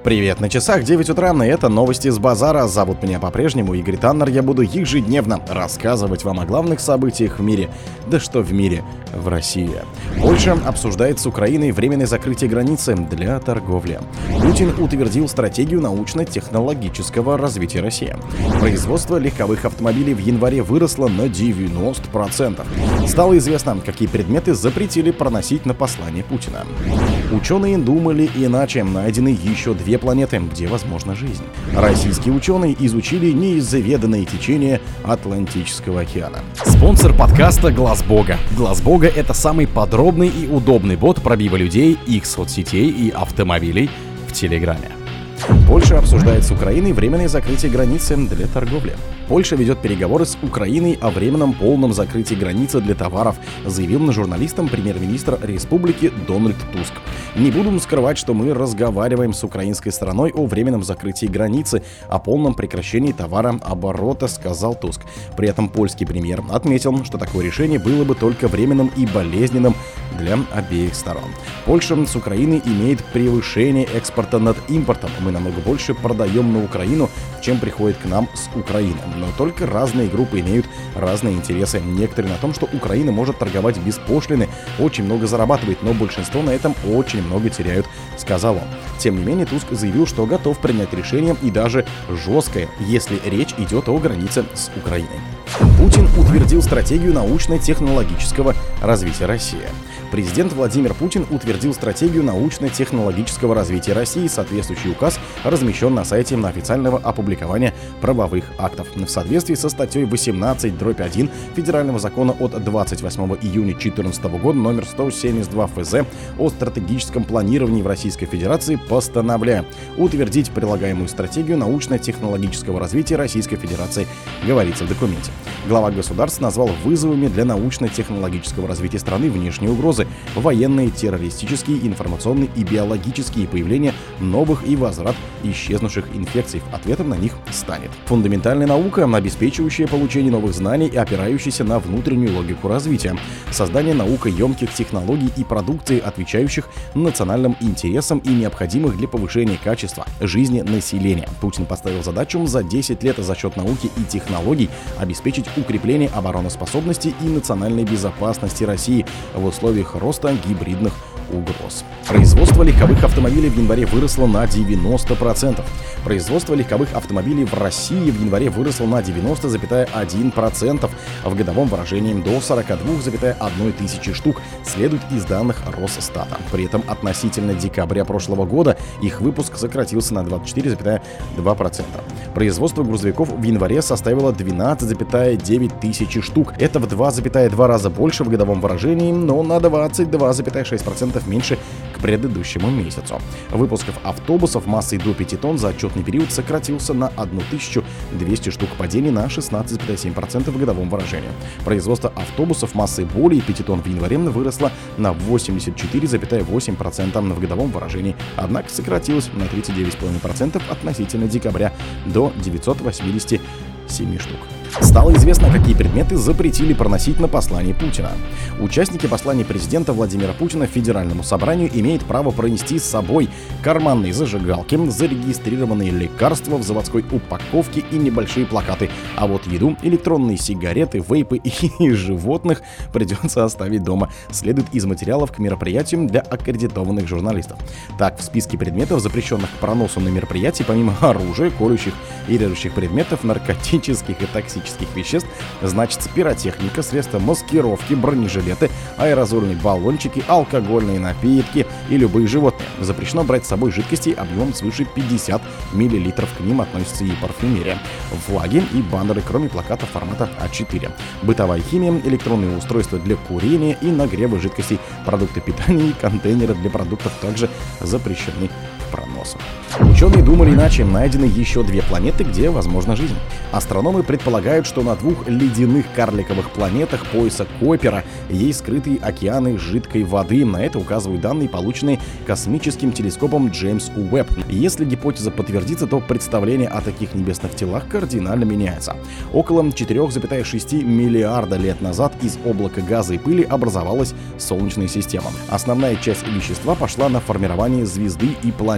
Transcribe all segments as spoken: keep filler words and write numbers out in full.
Привет, на часах девять утра, и это новости с базара. Зовут меня по-прежнему Игорь Таннер. Я буду ежедневно рассказывать вам о главных событиях в мире. Да что в мире, в России. Польша обсуждает с Украиной временное закрытие границы для торговли. Путин утвердил стратегию научно-технологического развития России. Производство легковых автомобилей в январе выросло на девяносто процентов. Стало известно, какие предметы запретили проносить на послание Путина. Ученые думали иначе. Найдены еще две планеты, где возможна жизнь. Российские ученые изучили неизведанные течения Атлантического океана. Спонсор подкаста Глаз Бога. Глаз Бога — это самый подробный и удобный бот пробива людей, их соцсетей и автомобилей в Телеграме. Польша обсуждает с Украиной временное закрытие границы для торговли. Польша ведет переговоры с Украиной о временном полном закрытии границы для товаров, заявил на журналистам премьер-министр республики Дональд Туск. «Не будем скрывать, что мы разговариваем с украинской стороной о временном закрытии границы, о полном прекращении товарооборота», сказал Туск. При этом польский премьер отметил, что такое решение было бы только временным и болезненным для обеих сторон. Польша с Украиной имеет превышение экспорта над импортом. Мы намного больше продаем на Украину, чем приходит к нам с Украины. Но только разные группы имеют разные интересы. Некоторые на том, что Украина может торговать без пошлины, очень много зарабатывает, но большинство на этом очень много теряют, сказал он. Тем не менее, Туск заявил, что готов принять решение и даже жесткое, если речь идет о границе с Украиной. Путин утвердил стратегию научно-технологического развития России. Президент Владимир Путин утвердил стратегию научно-технологического развития России. Соответствующий указ размещен на сайте на официального опубликования правовых актов. В соответствии со статьей восемнадцать дробь один Федерального закона от двадцать восьмого июня две тысячи четырнадцатого года номер сто семьдесят два эф зэ о стратегическом планировании в Российской Федерации постановляю утвердить прилагаемую стратегию научно-технологического развития Российской Федерации, говорится в документе. Глава государства назвал вызовами для научно-технологического развития страны внешние угрозы, военные, террористические, информационные и биологические, появления новых и возврат исчезнувших инфекций. Ответом на них станет фундаментальная наука, обеспечивающая получение новых знаний и опирающаяся на внутреннюю логику развития, создание наукоемких технологий и продукции, отвечающих национальным интересам и необходимых для повышения качества жизни населения. Путин поставил задачу за десять лет за счет науки и технологий обеспечить укрепление обороноспособности и национальной безопасности России в условиях роста гибридных угроз. Производство легковых автомобилей в январе выросло на девяносто процентов. Производство легковых автомобилей в России в январе выросло на девяносто целых одна десятая процента, в годовом выражении до сорок два целых одна тысячи штук, следует из данных Росстата. При этом относительно декабря прошлого года их выпуск сократился на двадцать четыре целых два процента. Производство грузовиков в январе составило двенадцать целых девять тысячи штук. Это в два целых два раза больше в годовом выражении, но на двадцать два целых шесть десятых процента меньше к предыдущему месяцу. Выпусков автобусов массой до пяти тонн за отчетный период сократился на тысячу двести штук, падение на шестнадцать целых семь десятых процента в годовом выражении. Производство автобусов массой более пяти тонн в январе выросло на восемьдесят четыре целых восемь десятых процента в годовом выражении, однако сократилось на тридцать девять целых пять десятых процента относительно декабря до девятисот восьмидесяти семи штук. Стало известно, какие предметы запретили проносить на послание Путина. Участники послания президента Владимира Путина Федеральному собранию имеют право пронести с собой карманные зажигалки, зарегистрированные лекарства в заводской упаковке и небольшие плакаты. А вот еду, электронные сигареты, вейпы и животных придется оставить дома, следует из материалов к мероприятиям для аккредитованных журналистов. Так, в списке предметов, запрещенных к проносу на мероприятии, помимо оружия, колющих и режущих предметов, наркотических и токсических веществ, значится пиротехника, средства маскировки, бронежилеты, аэрозольные баллончики, алкогольные напитки и любые животные. Запрещено брать с собой жидкости объемом свыше пятидесяти миллилитров, к ним относится и парфюмерия, флаги и баннеры, кроме плакатов формата а четыре, бытовая химия, электронные устройства для курения и нагрева жидкостей, продукты питания и контейнеры для продуктов также запрещены к проносу. Ученые думали иначе. Найдены еще две планеты, где возможна жизнь. Астрономы предполагают, что на двух ледяных карликовых планетах пояса Койпера есть скрытые океаны жидкой воды. На это указывают данные, полученные космическим телескопом Джеймс Уэбб. Если гипотеза подтвердится, то представление о таких небесных телах кардинально меняется. Около четыре целых шесть десятых миллиарда лет назад из облака газа и пыли образовалась Солнечная система. Основная часть вещества пошла на формирование звезды и планеты.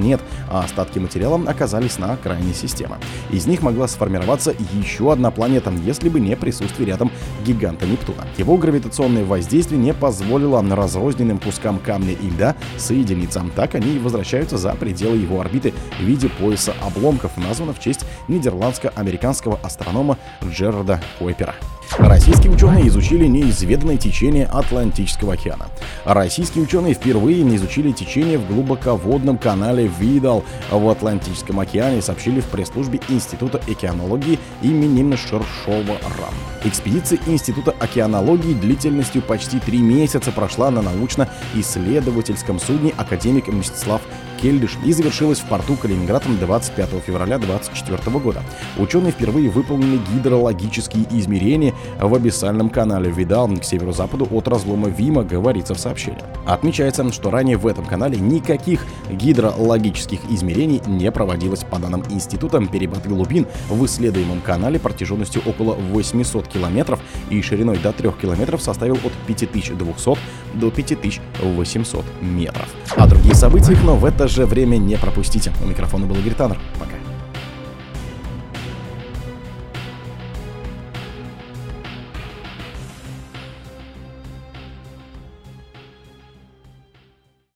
планет, а остатки материала оказались на окраине системы. Из них могла сформироваться еще одна планета, если бы не присутствие рядом гиганта Нептуна. Его гравитационное воздействие не позволило разрозненным кускам камня и льда соединиться. Так они и возвращаются за пределы его орбиты в виде пояса обломков, названного в честь нидерландско-американского астронома Джерарда Койпера. Российские ученые изучили неизведанное течение Атлантического океана. Российские ученые впервые изучили течение в глубоководном канале Видал в Атлантическом океане, сообщили в пресс-службе Института океанологии имени Шершова-Ран. Экспедиция Института океанологии длительностью почти три месяца прошла на научно-исследовательском судне «Академик Мстислав Кельдыш» и завершилась в порту Калининград двадцать пятого февраля две тысячи двадцать четвёртого года. Ученые впервые выполнили гидрологические измерения в абиссальном канале Видал к северо-западу от разлома Вима, говорится в сообщении. Отмечается, что ранее в этом канале никаких гидрологических измерений не проводилось. По данным института, перепад глубин в исследуемом канале протяженностью около восьмисот километров и шириной до трёх километров составил от пяти тысяч двухсот до пяти тысяч восьмисот метров. А другие события, но в это же время не пропустите. У микрофона был Игорь Таннер. Пока.